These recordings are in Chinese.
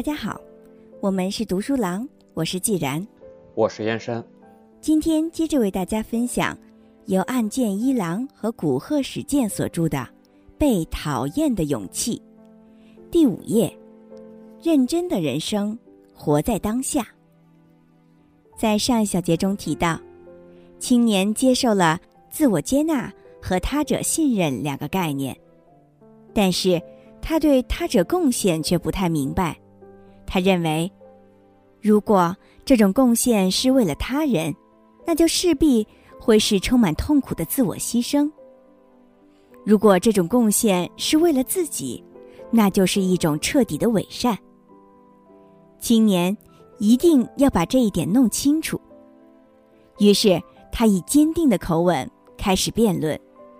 大家好，我们是读书郎，我是既然， 我是燕山。 今天接着为大家分享由岸见一郎和古贺史健所著的《被讨厌的勇气》第5页，认真的人生，活在当下。在上一小节中提到，青年接受了自我接纳和他者信任2个概念，但是他对他者贡献却不太明白。他认为，如果这种贡献是为了他人，那就势必会是充满痛苦的自我牺牲；如果这种贡献是为了自己，那就是一种彻底的伪善。青年一定要把这一点弄清楚。于是他以坚定的口吻开始辩论。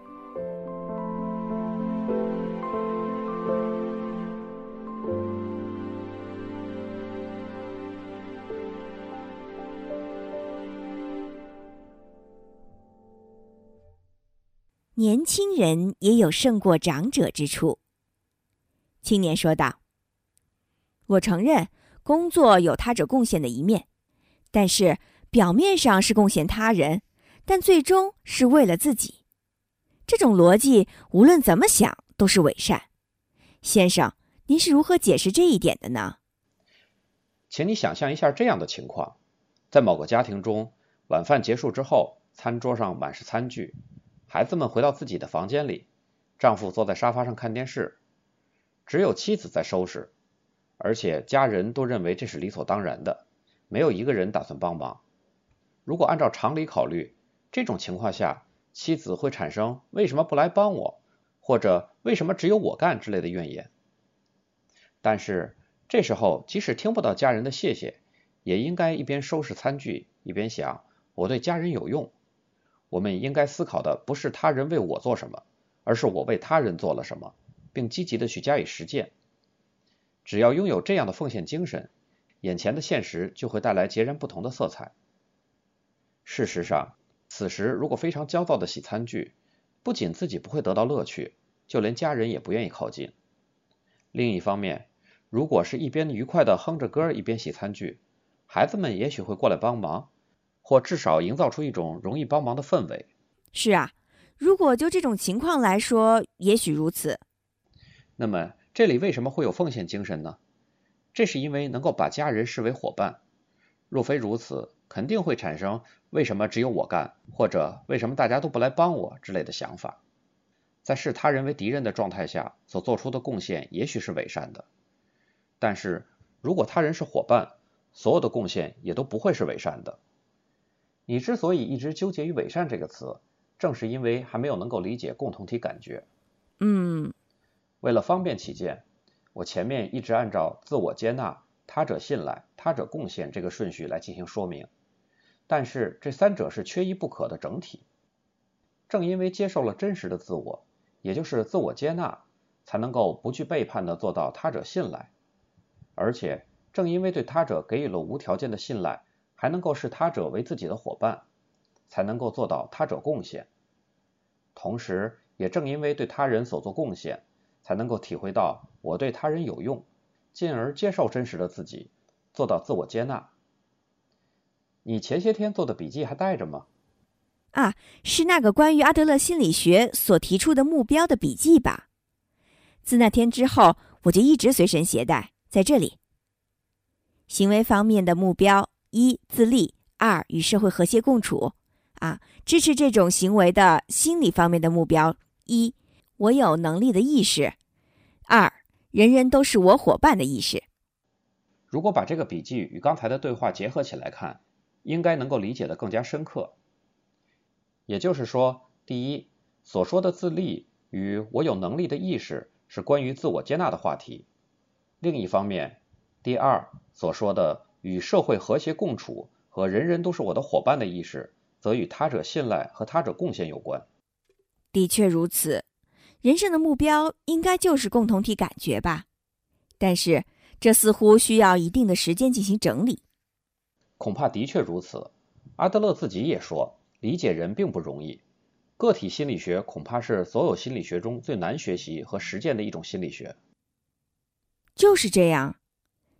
年轻人也有胜过长者之处。青年说道，我承认工作有他者贡献的一面，但是表面上是贡献他人，但最终是为了自己。这种逻辑无论怎么想都是伪善。先生，您是如何解释这一点的呢？ 请你想象一下这样的情况，在某个家庭中，晚饭结束之后，餐桌上满是餐具，孩子们回到自己的房间里，丈夫坐在沙发上看电视，只有妻子在收拾，而且家人都认为这是理所当然的，没有一个人打算帮忙。如果按照常理考虑，这种情况下，妻子会产生为什么不来帮我，或者为什么只有我干之类的怨言。但是这时候即使听不到家人的谢谢，也应该一边收拾餐具，一边想我对家人有用。我们应该思考的不是他人为我做什么，而是我为他人做了什么，并积极的去加以实践。只要拥有这样的奉献精神，眼前的现实就会带来截然不同的色彩。事实上，此时如果非常焦躁的洗餐具，不仅自己不会得到乐趣，就连家人也不愿意靠近。另一方面，如果是一边愉快地哼着歌一边洗餐具，孩子们也许会过来帮忙，或至少营造出一种容易帮忙的氛围。 是啊，如果就这种情况来说，也许如此。 那么这里为什么会有奉献精神呢？这是因为能够把家人视为伙伴。若非如此，肯定会产生为什么只有我干，或者为什么大家都不来帮我之类的想法。在视他人为敌人的状态下所做出的贡献也许是伪善的，但是如果他人是伙伴，所有的贡献也都不会是伪善的。你之所以一直纠结于伪善这个词，正是因为还没有能够理解共同体感觉。为了方便起见，我前面一直按照自我接纳、他者信赖、他者贡献这个顺序来进行说明，但是这3者是缺一不可的整体。正因为接受了真实的自我，也就是自我接纳，才能够不去背叛地做到他者信赖，而且正因为对他者给予了无条件的信赖，还能够视他者为自己的伙伴，才能够做到他者贡献。同时也正因为对他人所做贡献，才能够体会到我对他人有用，进而接受真实的自己，做到自我接纳。你前些天做的笔记还带着吗？ 是那个关于阿德勒心理学所提出的目标的笔记吧？自那天之后，我就一直随身携带，在这里。行为方面的目标：1. 自立； 2. 与社会和谐共处。支持这种行为的心理方面的目标：1. 我有能力的意识； 2. 人人都是我伙伴的意识。 如果把这个笔记与刚才的对话结合起来看，应该能够理解得更加深刻。也就是说，第一，所说的自立与我有能力的意识是关于自我接纳的话题；另一方面，第二，所说的与社会和谐共处和人人都是我的伙伴的意识，则与他者信赖和他者贡献有关。 的确如此，人生的目标应该就是共同体感觉吧？但是这似乎需要一定的时间进行整理。 恐怕的确如此。阿德勒自己也说，理解人并不容易。个体心理学恐怕是所有心理学中最难学习和实践的一种心理学。 就是这样。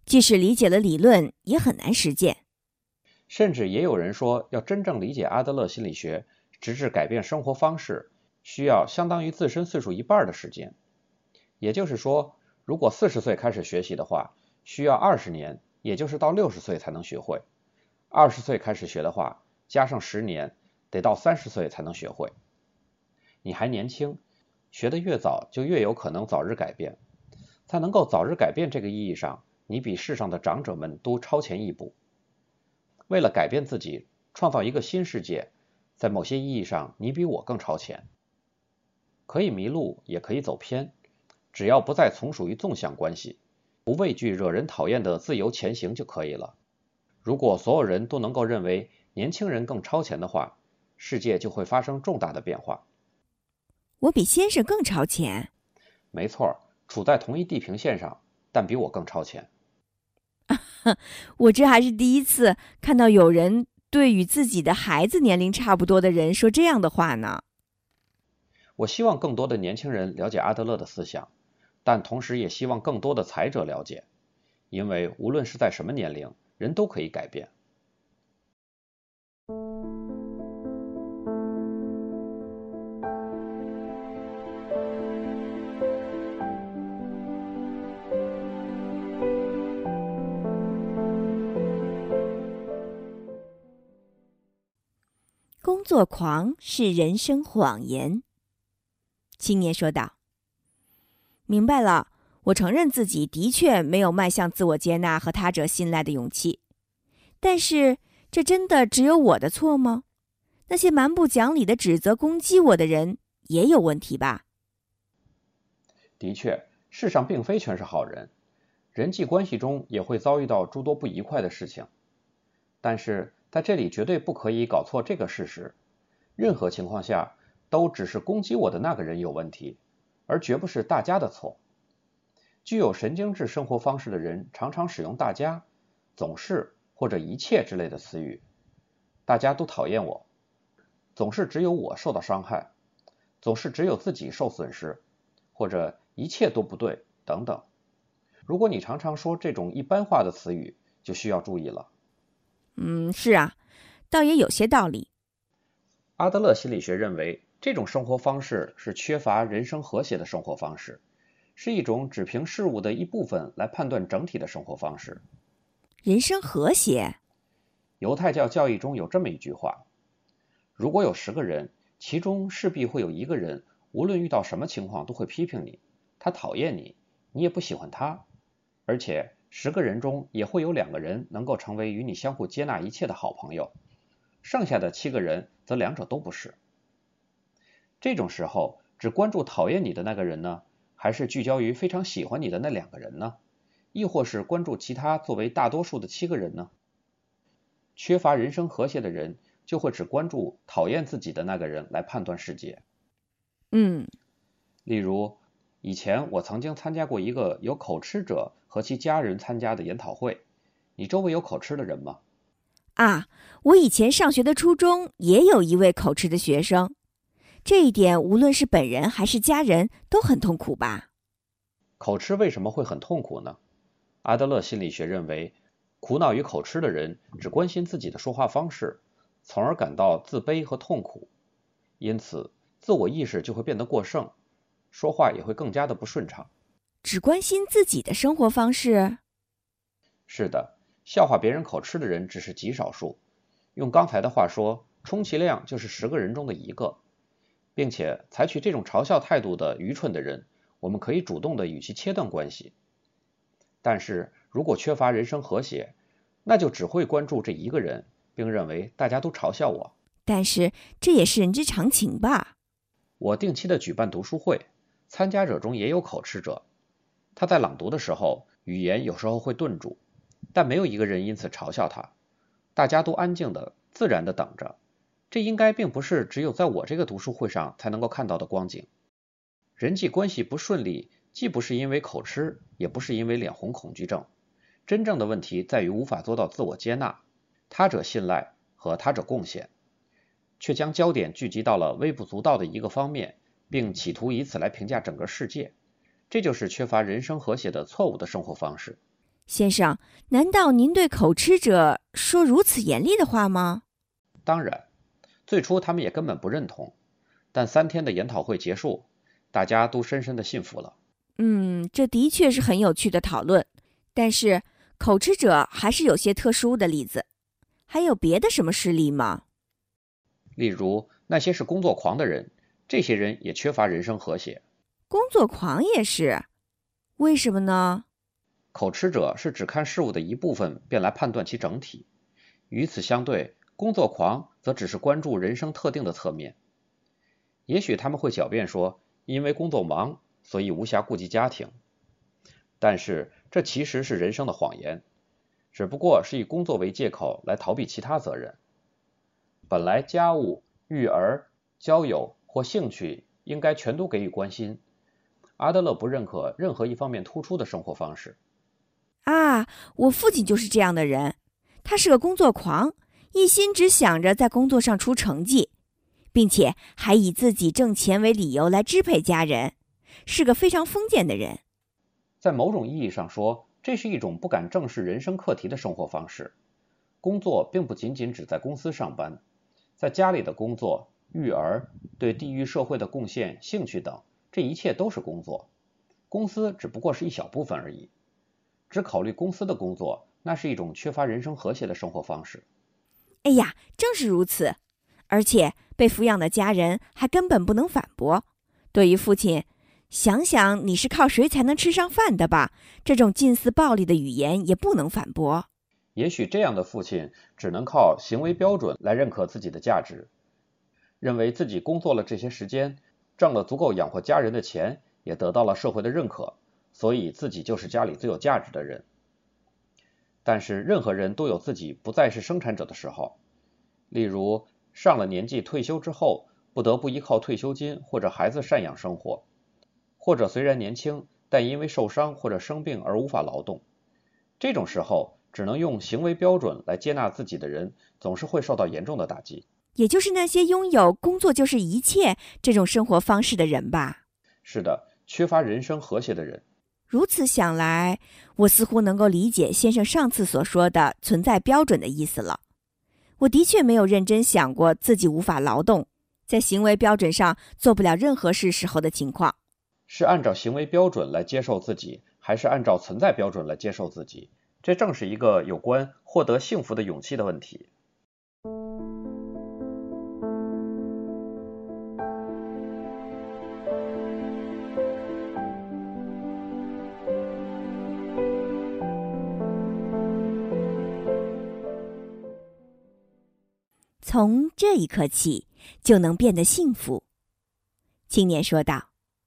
即使理解了理论，也很难实践。 甚至也有人说，要真正理解阿德勒心理学，直至改变生活方式，需要相当于自身岁数一半的时间。也就是说，如果40岁开始学习的话，需要20年，也就是到60岁才能学会。20岁开始学的话，加上10年，得到30岁才能学会。你还年轻，学得越早，就越有可能早日改变。在能够早日改变这个意义上，你比世上的长者们都超前一步。为了改变自己，创造一个新世界，在某些意义上，你比我更超前。可以迷路，也可以走偏，只要不再从属于纵向关系，不畏惧惹人讨厌的自由前行就可以了。如果所有人都能够认为年轻人更超前的话，世界就会发生重大的变化。 我比先生更超前。 没错，处在同一地平线上，但比我更超前。 我这还是第一次看到有人对与自己的孩子年龄差不多的人说这样的话呢。 我希望更多的年轻人了解阿德勒的思想，但同时也希望更多的才者了解，因为无论是在什么年龄，人都可以改变。 工作狂是人生谎言。青年说道：明白了，我承认自己的确没有迈向自我接纳和他者信赖的勇气。但是，这真的只有我的错吗？那些蛮不讲理的指责攻击我的人也有问题吧？ 的确，世上并非全是好人，人际关系中也会遭遇到诸多不愉快的事情。但是在这里绝对不可以搞错这个事实，任何情况下都只是攻击我的那个人有问题，而绝不是大家的错。具有神经质生活方式的人常常使用大家、总是或者一切之类的词语。大家都讨厌我，总是只有我受到伤害，总是只有自己受损失，或者一切都不对等等。如果你常常说这种一般化的词语，就需要注意了。 是啊，倒也有些道理。 阿德勒心理学认为，这种生活方式是缺乏人生和谐的生活方式，是一种只凭事物的一部分来判断整体的生活方式。 人生和谐？ 犹太教教义中有这么一句话：如果有10个人，其中势必会有1个人，无论遇到什么情况都会批评你，他讨厌你，你也不喜欢他，而且10个人中也会有2个人能够成为与你相互接纳一切的好朋友，剩下的7个人则2者都不是。这种时候，只关注讨厌你的那个人呢，还是聚焦于非常喜欢你的那2个人呢？亦或是关注其他作为大多数的7个人呢？缺乏人生和谐的人就会只关注讨厌自己的那个人来判断世界。例如，以前我曾经参加过一个有口吃者和其家人参加的研讨会。你周围有口吃的人吗？ 我以前上学的初中也有一位口吃的学生，这一点无论是本人还是家人都很痛苦吧？ 口吃为什么会很痛苦呢？阿德勒心理学认为，苦恼于口吃的人只关心自己的说话方式，从而感到自卑和痛苦，因此自我意识就会变得过剩，说话也会更加的不顺畅。 只关心自己的生活方式？ 是的，笑话别人口吃的人只是极少数，用刚才的话说，充其量就是10个人中的1个，并且采取这种嘲笑态度的愚蠢的人，我们可以主动的与其切断关系。但是如果缺乏人生和谐，那就只会关注这1个人，并认为大家都嘲笑我。 但是这也是人之常情吧？ 我定期的举办读书会，参加者中也有口吃者，他在朗读的时候，语言有时候会顿住，但没有1个人因此嘲笑他，大家都安静的、自然的等着。这应该并不是只有在我这个读书会上才能够看到的光景。人际关系不顺利，既不是因为口吃，也不是因为脸红恐惧症。真正的问题在于无法做到自我接纳、他者信赖和他者贡献，却将焦点聚集到了微不足道的一个方面，并企图以此来评价整个世界。这就是缺乏人生和谐的错误的生活方式。 先生，难道您对口吃者说如此严厉的话吗？ 当然，最初他们也根本不认同，但3天的研讨会结束，大家都深深的信服了。 这的确是很有趣的讨论，但是口吃者还是有些特殊的例子。还有别的什么事例吗？ 例如，那些是工作狂的人，这些人也缺乏人生和谐。 工作狂也是，为什么呢？ 口吃者是只看事物的一部分便来判断其整体，与此相对，工作狂则只是关注人生特定的侧面。也许他们会狡辩说，因为工作忙，所以无暇顾及家庭。但是这其实是人生的谎言，只不过是以工作为借口来逃避其他责任。本来家务、育儿、交友或兴趣应该全都给予关心。阿德勒不认可任何一方面突出的生活方式。 我父亲就是这样的人，他是个工作狂，一心只想着在工作上出成绩，并且还以自己挣钱为理由来支配家人，是个非常封建的人。 在某种意义上说，这是一种不敢正视人生课题的生活方式。工作并不仅仅只在公司上班，在家里的工作、育儿、对地域社会的贡献、兴趣等，这一切都是工作。公司只不过是一小部分而已。只考虑公司的工作，那是一种缺乏人生和谐的生活方式。 哎呀，正是如此，而且被抚养的家人还根本不能反驳。对于父亲，想想你是靠谁才能吃上饭的吧，这种近似暴力的语言也不能反驳。 也许这样的父亲只能靠行为标准来认可自己的价值，认为自己工作了这些时间，挣了足够养活家人的钱，也得到了社会的认可，所以自己就是家里最有价值的人。但是任何人都有自己不再是生产者的时候，例如上了年纪退休之后，不得不依靠退休金或者孩子赡养生活，或者虽然年轻，但因为受伤或者生病而无法劳动。这种时候，只能用行为标准来接纳自己的人，总是会受到严重的打击。 也就是那些拥有工作就是一切这种生活方式的人吧？ 是的，缺乏人生和谐的人。 如此想来，我似乎能够理解先生上次所说的存在标准的意思了。我的确没有认真想过自己无法劳动，在行为标准上做不了任何事时候的情况。 是按照行为标准来接受自己，还是按照存在标准来接受自己？这正是一个有关获得幸福的勇气的问题。 从这一刻起，就能变得幸福。青年说道。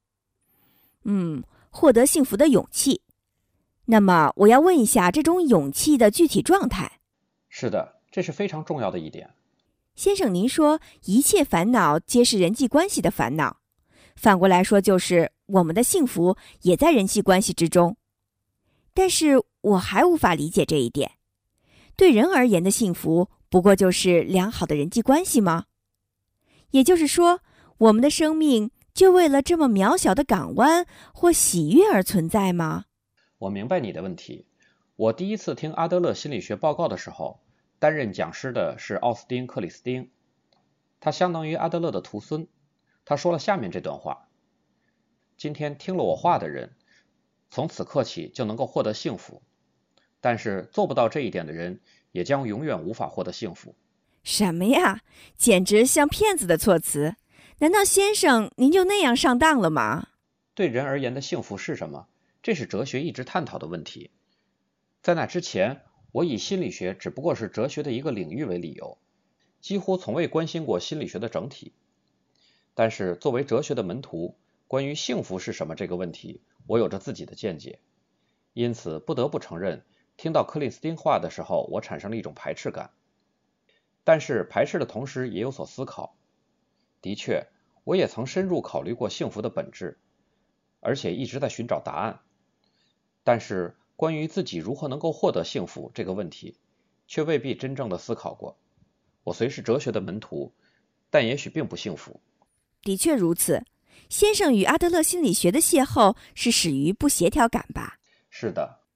获得幸福的勇气。那么我要问一下，这种勇气的具体状态。 是的，这是非常重要的一点。 先生，您说一切烦恼皆是人际关系的烦恼，反过来说就是我们的幸福也在人际关系之中。但是我还无法理解这一点。对人而言的幸福不过就是良好的人际关系吗？也就是说，我们的生命就为了这么渺小的港湾或喜悦而存在吗？ 我明白你的问题。我第一次听阿德勒心理学报告的时候，担任讲师的是奥斯汀·克里斯汀，他相当于阿德勒的徒孙。他说了下面这段话：今天听了我话的人，从此刻起就能够获得幸福，但是做不到这一点的人，也将永远无法获得幸福。 什么呀，简直像骗子的措辞！难道先生您就那样上当了吗？ 对人而言的幸福是什么？这是哲学一直探讨的问题。在那之前，我以心理学只不过是哲学的一个领域为理由，几乎从未关心过心理学的整体。但是作为哲学的门徒，关于幸福是什么这个问题，我有着自己的见解。因此不得不承认，听到克里斯汀话的时候，我产生了一种排斥感。但是排斥的同时也有所思考。的确，我也曾深入考虑过幸福的本质，而且一直在寻找答案。但是关于自己如何能够获得幸福这个问题，却未必真正的思考过。我虽是哲学的门徒，但也许并不幸福。 的确如此，先生与阿德勒心理学的邂逅是始于不协调感吧？ 是的。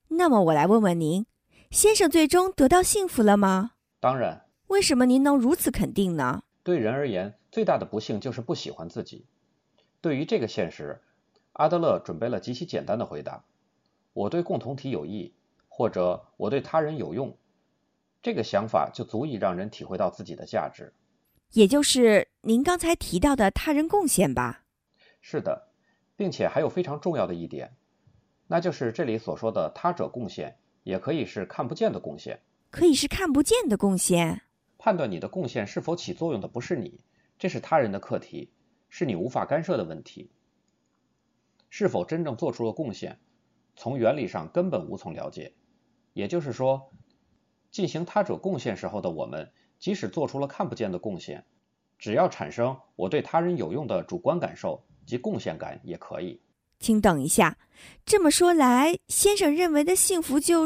那么我来问问您，先生最终得到幸福了吗？ 当然， 为什么您能如此肯定呢？ 对人而言，最大的不幸就是不喜欢自己。对于这个现实，阿德勒准备了极其简单的回答：我对共同体有益，或者我对他人有用。这个想法就足以让人体会到自己的价值。 也就是您刚才提到的他人贡献吧？ 是的，并且还有非常重要的一点，那就是这里所说的他者贡献，也可以是看不见的贡献。 可以是看不见的贡献。 判断你的贡献是否起作用的不是你，这是他人的课题，是你无法干涉的问题。是否真正做出了贡献，从原理上根本无从了解。也就是说，进行他者贡献时候的我们，即使做出了看不见的贡献，只要产生我对他人有用的主观感受及贡献感也可以。 请等一下，这么说来，先生认为的幸福就是……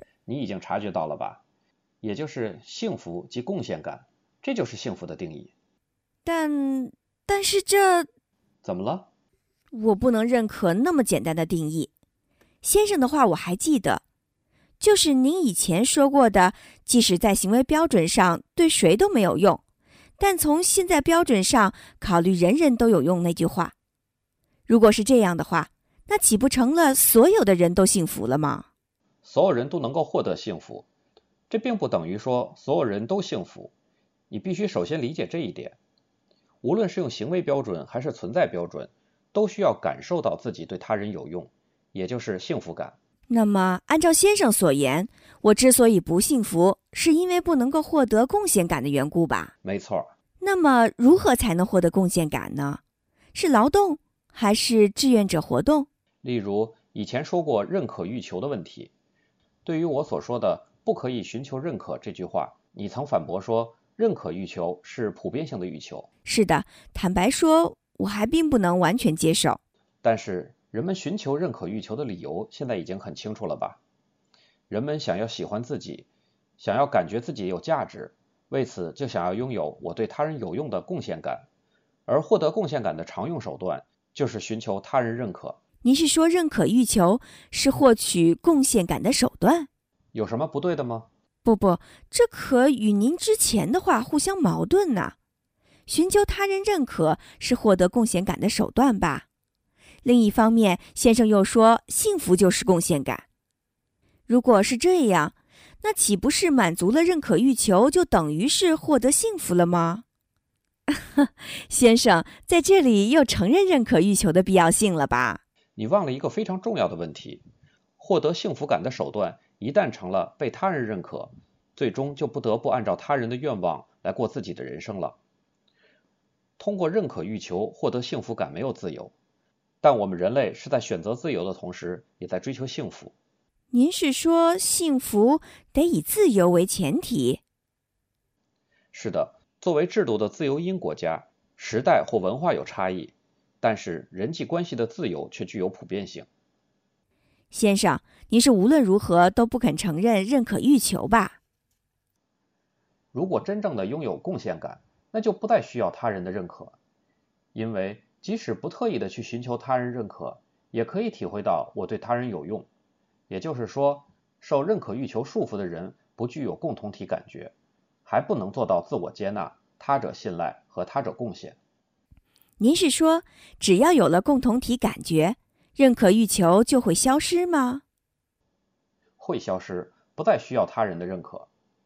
你已经察觉到了吧？也就是幸福及贡献感，这就是幸福的定义。 但是这…… 怎么了？ 我不能认可那么简单的定义。先生的话我还记得，就是您以前说过的，即使在行为标准上对谁都没有用，但从现在标准上考虑人人都有用那句话。如果是这样的话，那岂不成了所有的人都幸福了吗？ 所有人都能够获得幸福，这并不等于说所有人都幸福。你必须首先理解这一点。无论是用行为标准还是存在标准，都需要感受到自己对他人有用，也就是幸福感。 那么按照先生所言，我之所以不幸福，是因为不能够获得贡献感的缘故吧？ 没错。 那么如何才能获得贡献感呢？是劳动还是志愿者活动？ 例如以前说过认可欲求的问题。对于我所说的不可以寻求认可这句话，你曾反驳说认可欲求是普遍性的欲求。 是的，坦白说，我还并不能完全接受。 但是人们寻求认可欲求的理由现在已经很清楚了吧？人们想要喜欢自己，想要感觉自己有价值，为此就想要拥有我对他人有用的贡献感，而获得贡献感的常用手段就是寻求他人认可。 您是说认可欲求是获取贡献感的手段？ 有什么不对的吗？ 不，这可与您之前的话互相矛盾呢。寻求他人认可是获得贡献感的手段吧？另一方面，先生又说幸福就是贡献感。如果是这样，那岂不是满足了认可欲求就等于是获得幸福了吗？先生在这里又承认认可欲求的必要性了吧？ 你忘了一个非常重要的问题，获得幸福感的手段一旦成了被他人认可，最终就不得不按照他人的愿望来过自己的人生了。通过认可欲求获得幸福感没有自由，但我们人类是在选择自由的同时，也在追求幸福。 您是说幸福得以自由为前提？ 是的，作为制度的自由因国家，时代或文化有差异，但是人际关系的自由却具有普遍性。 先生，您是无论如何都不肯承认认可欲求吧？ 如果真正的拥有贡献感，那就不再需要他人的认可，因为即使不特意的去寻求他人认可，也可以体会到我对他人有用。也就是说，受认可欲求束缚的人不具有共同体感觉，还不能做到自我接纳、他者信赖和他者贡献。 您是说，只要有了共同体感觉，认可欲求就会消失吗？ 会消失，不再需要他人的认可。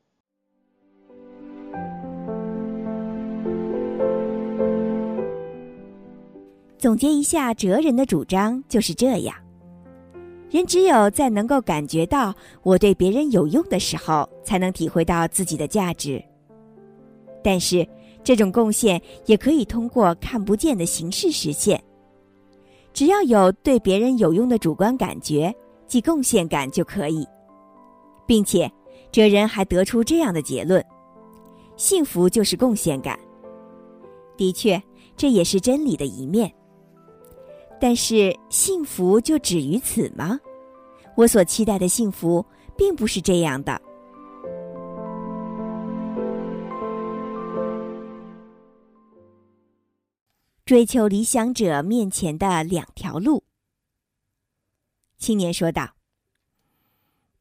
总结一下哲人的主张就是这样：人只有在能够感觉到我对别人有用的时候，才能体会到自己的价值。但是这种贡献也可以通过看不见的形式实现。只要有对别人有用的主观感觉，即贡献感就可以。并且哲人还得出这样的结论：幸福就是贡献感。的确，这也是真理的一面。但是幸福就止于此吗？我所期待的幸福并不是这样的。追求理想者面前的两条路。青年说道：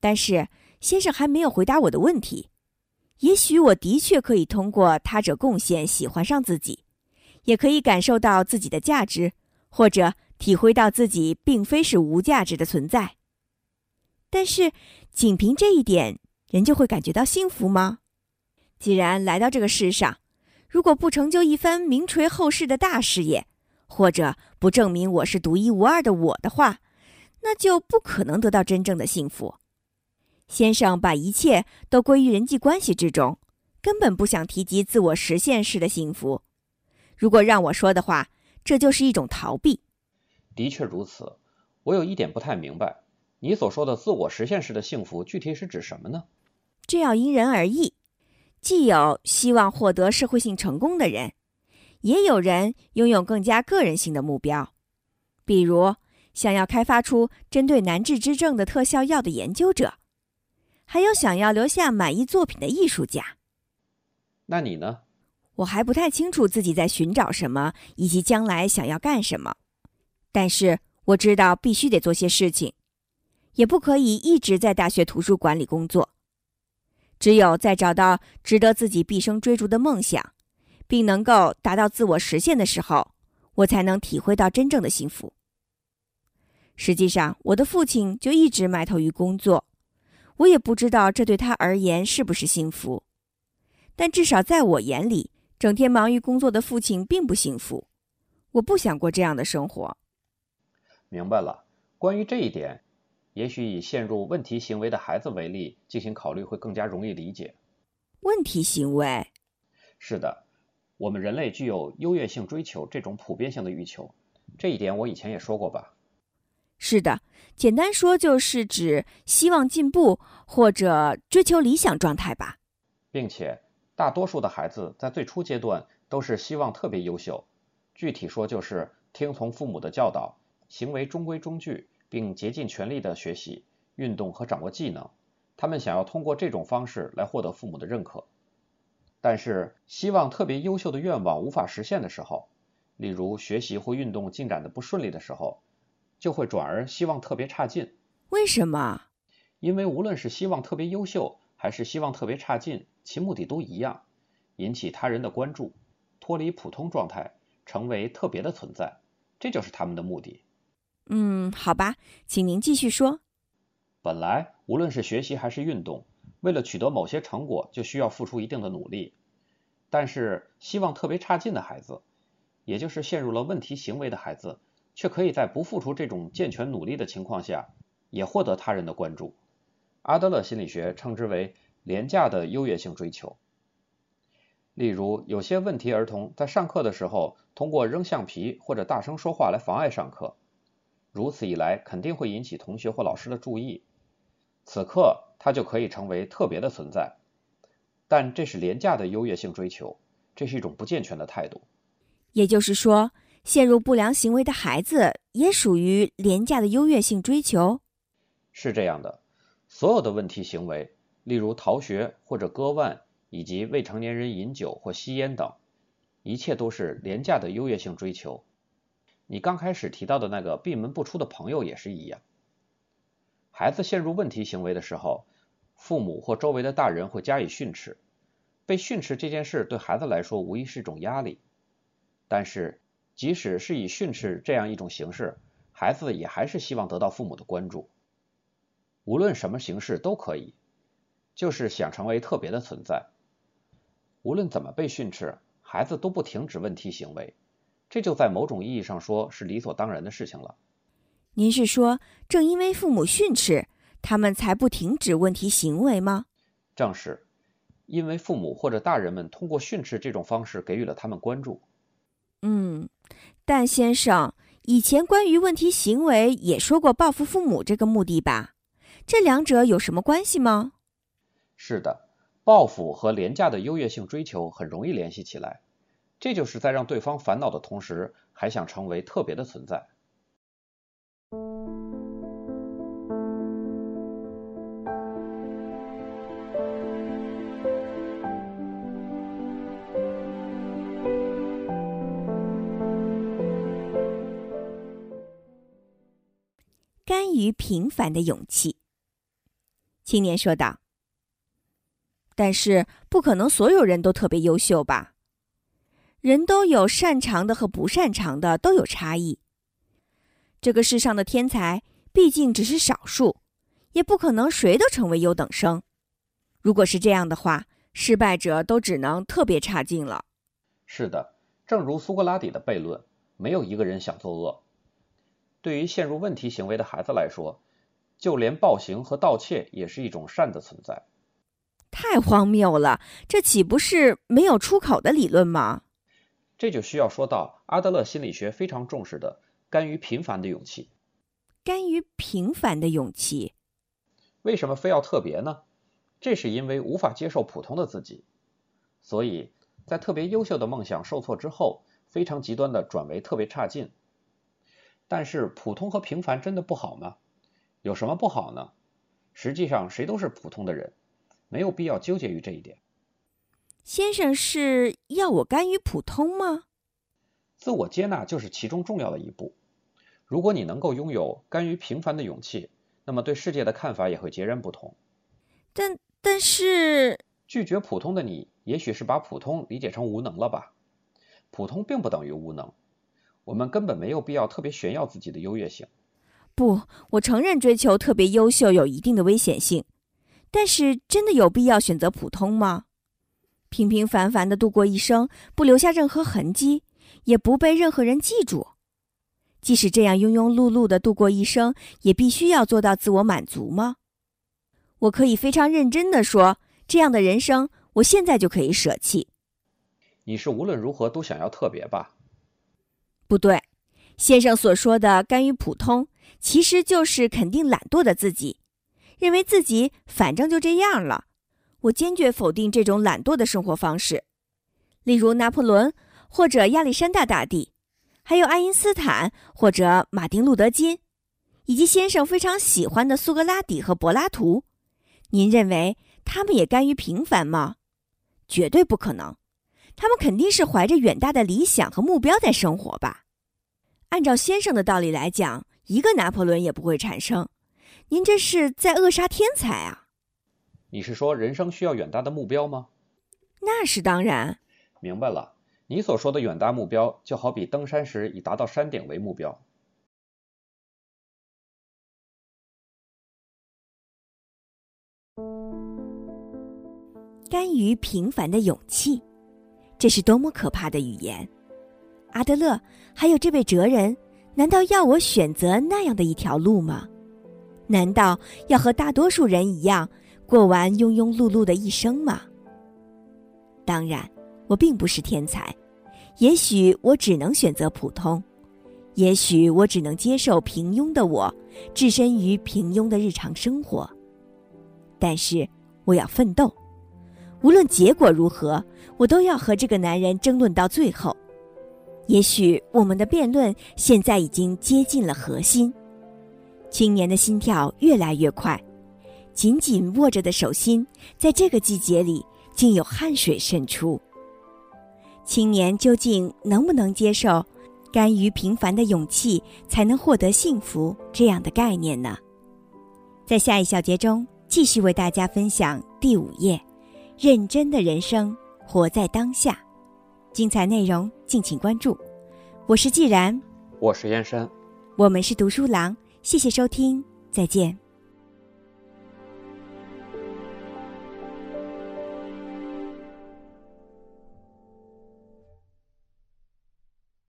但是先生还没有回答我的问题。也许我的确可以通过他者贡献喜欢上自己，也可以感受到自己的价值，或者体会到自己并非是无价值的存在。但是仅凭这一点，人就会感觉到幸福吗？既然来到这个世上，如果不成就一番名垂后世的大事业，或者不证明我是独一无二的我的话，那就不可能得到真正的幸福。先生把一切都归于人际关系之中，根本不想提及自我实现式的幸福。如果让我说的话，这就是一种逃避。 的确如此，我有一点不太明白，你所说的自我实现式的幸福具体是指什么呢？ 这要因人而异，既有希望获得社会性成功的人，也有人拥有更加个人性的目标，比如想要开发出针对难治之症的特效药的研究者，还有想要留下满意作品的艺术家。 那你呢？ 我还不太清楚自己在寻找什么，以及将来想要干什么。但是我知道必须得做些事情，也不可以一直在大学图书馆里工作。只有在找到值得自己毕生追逐的梦想，并能够达到自我实现的时候，我才能体会到真正的幸福。实际上，我的父亲就一直埋头于工作，我也不知道这对他而言是不是幸福。但至少在我眼里，整天忙于工作的父亲并不幸福。我不想过这样的生活。 明白了。关于这一点，也许以陷入问题行为的孩子为例进行考虑会更加容易理解。 问题行为？ 是的，我们人类具有优越性追求这种普遍性的欲求，这一点我以前也说过吧。 是的，简单说就是指希望进步或者追求理想状态吧。 并且大多数的孩子在最初阶段都是希望特别优秀，具体说就是听从父母的教导，行为中规中矩，并竭尽全力的学习、运动和掌握技能。他们想要通过这种方式来获得父母的认可。但是希望特别优秀的愿望无法实现的时候，例如学习或运动进展的不顺利的时候，就会转而希望特别差劲。 为什么？ 因为无论是希望特别优秀还是希望特别差劲，其目的都一样，引起他人的关注，脱离普通状态，成为特别的存在，这就是他们的目的。 好吧，请您继续说。 本来无论是学习还是运动，为了取得某些成果就需要付出一定的努力，但是希望特别差劲的孩子，也就是陷入了问题行为的孩子，却可以在不付出这种健全努力的情况下，也获得他人的关注。阿德勒心理学称之为廉价的优越性追求。例如，有些问题儿童在上课的时候，通过扔橡皮或者大声说话来妨碍上课，如此一来肯定会引起同学或老师的注意，此刻他就可以成为特别的存在。但这是廉价的优越性追求，这是一种不健全的态度。 也就是说，陷入不良行为的孩子也属于廉价的优越性追求？ 是这样的，所有的问题行为，例如逃学或者割腕，以及未成年人饮酒或吸烟等，一切都是廉价的优越性追求。你刚开始提到的那个闭门不出的朋友也是一样。孩子陷入问题行为的时候，父母或周围的大人会加以训斥。被训斥这件事对孩子来说无疑是一种压力，但是即使是以训斥这样一种形式，孩子也还是希望得到父母的关注。无论什么形式都可以，就是想成为特别的存在。无论怎么被训斥，孩子都不停止问题行为，这就在某种意义上说是理所当然的事情了。 您是说，正因为父母训斥，他们才不停止问题行为吗？ 正是，因为父母或者大人们通过训斥这种方式给予了他们关注。 但先生，以前关于问题行为也说过报复父母这个目的吧？这两者有什么关系吗？ 是的，报复和廉价的优越性追求很容易联系起来，这就是在让对方烦恼的同时，还想成为特别的存在。 甘于平凡的勇气。 青年说道。但是不可能所有人都特别优秀吧？人都有擅长的和不擅长的，都有差异。这个世上的天才毕竟只是少数，也不可能谁都成为优等生。如果是这样的话，失败者都只能特别差劲了。 是的，正如苏格拉底的悖论，没有一个人想作恶。对于陷入问题行为的孩子来说，就连暴行和盗窃也是一种善的存在。 太荒谬了，这岂不是没有出口的理论吗？ 这就需要说到阿德勒心理学非常重视的甘于平凡的勇气。 甘于平凡的勇气？ 为什么非要特别呢？这是因为无法接受普通的自己，所以在特别优秀的梦想受挫之后，非常极端的转为特别差劲。但是普通和平凡真的不好吗？有什么不好呢？实际上谁都是普通的人，没有必要纠结于这一点。 先生是要我甘于普通吗？ 自我接纳就是其中重要的一步。如果你能够拥有甘于平凡的勇气，那么对世界的看法也会截然不同。 但是拒绝普通的你，也许是把普通理解成无能了吧？普通并不等于无能，我们根本没有必要特别炫耀自己的优越性。 不，我承认追求特别优秀有一定的危险性，但是真的有必要选择普通吗？平平凡凡的度过一生，不留下任何痕迹，也不被任何人记住。即使这样庸庸碌碌的度过一生，也必须要做到自我满足吗？我可以非常认真地说，这样的人生，我现在就可以舍弃。 你是无论如何都想要特别吧？ 不对，先生所说的甘于普通，其实就是肯定懒惰的自己，认为自己反正就这样了。我坚决否定这种懒惰的生活方式。例如拿破仑或者亚历山大大帝，还有爱因斯坦或者马丁路德金，以及先生非常喜欢的苏格拉底和柏拉图，您认为他们也甘于平凡吗？绝对不可能，他们肯定是怀着远大的理想和目标在生活吧。按照先生的道理来讲，一个拿破仑也不会产生。您这是在扼杀天才啊！ 你是说人生需要远大的目标吗？ 那是当然。 明白了，你所说的远大目标，就好比登山时以达到山顶为目标。 甘于平凡的勇气，这是多么可怕的语言！阿德勒还有这位哲人，难道要我选择那样的一条路吗？难道要和大多数人一样，过完庸庸碌碌的一生吗？当然，我并不是天才，也许我只能选择普通，也许我只能接受平庸的我，置身于平庸的日常生活。但是我要奋斗，无论结果如何，我都要和这个男人争论到最后。也许我们的辩论现在已经接近了核心。青年的心跳越来越快，紧紧握着的手心在这个季节里竟有汗水渗出。青年究竟能不能接受甘于平凡的勇气才能获得幸福这样的概念呢？在下一小节中继续为大家分享第5页，认真的人生，活在当下。精彩内容敬请关注。我是既然， 我是燕山， 我们是读书郎，谢谢收听，再见。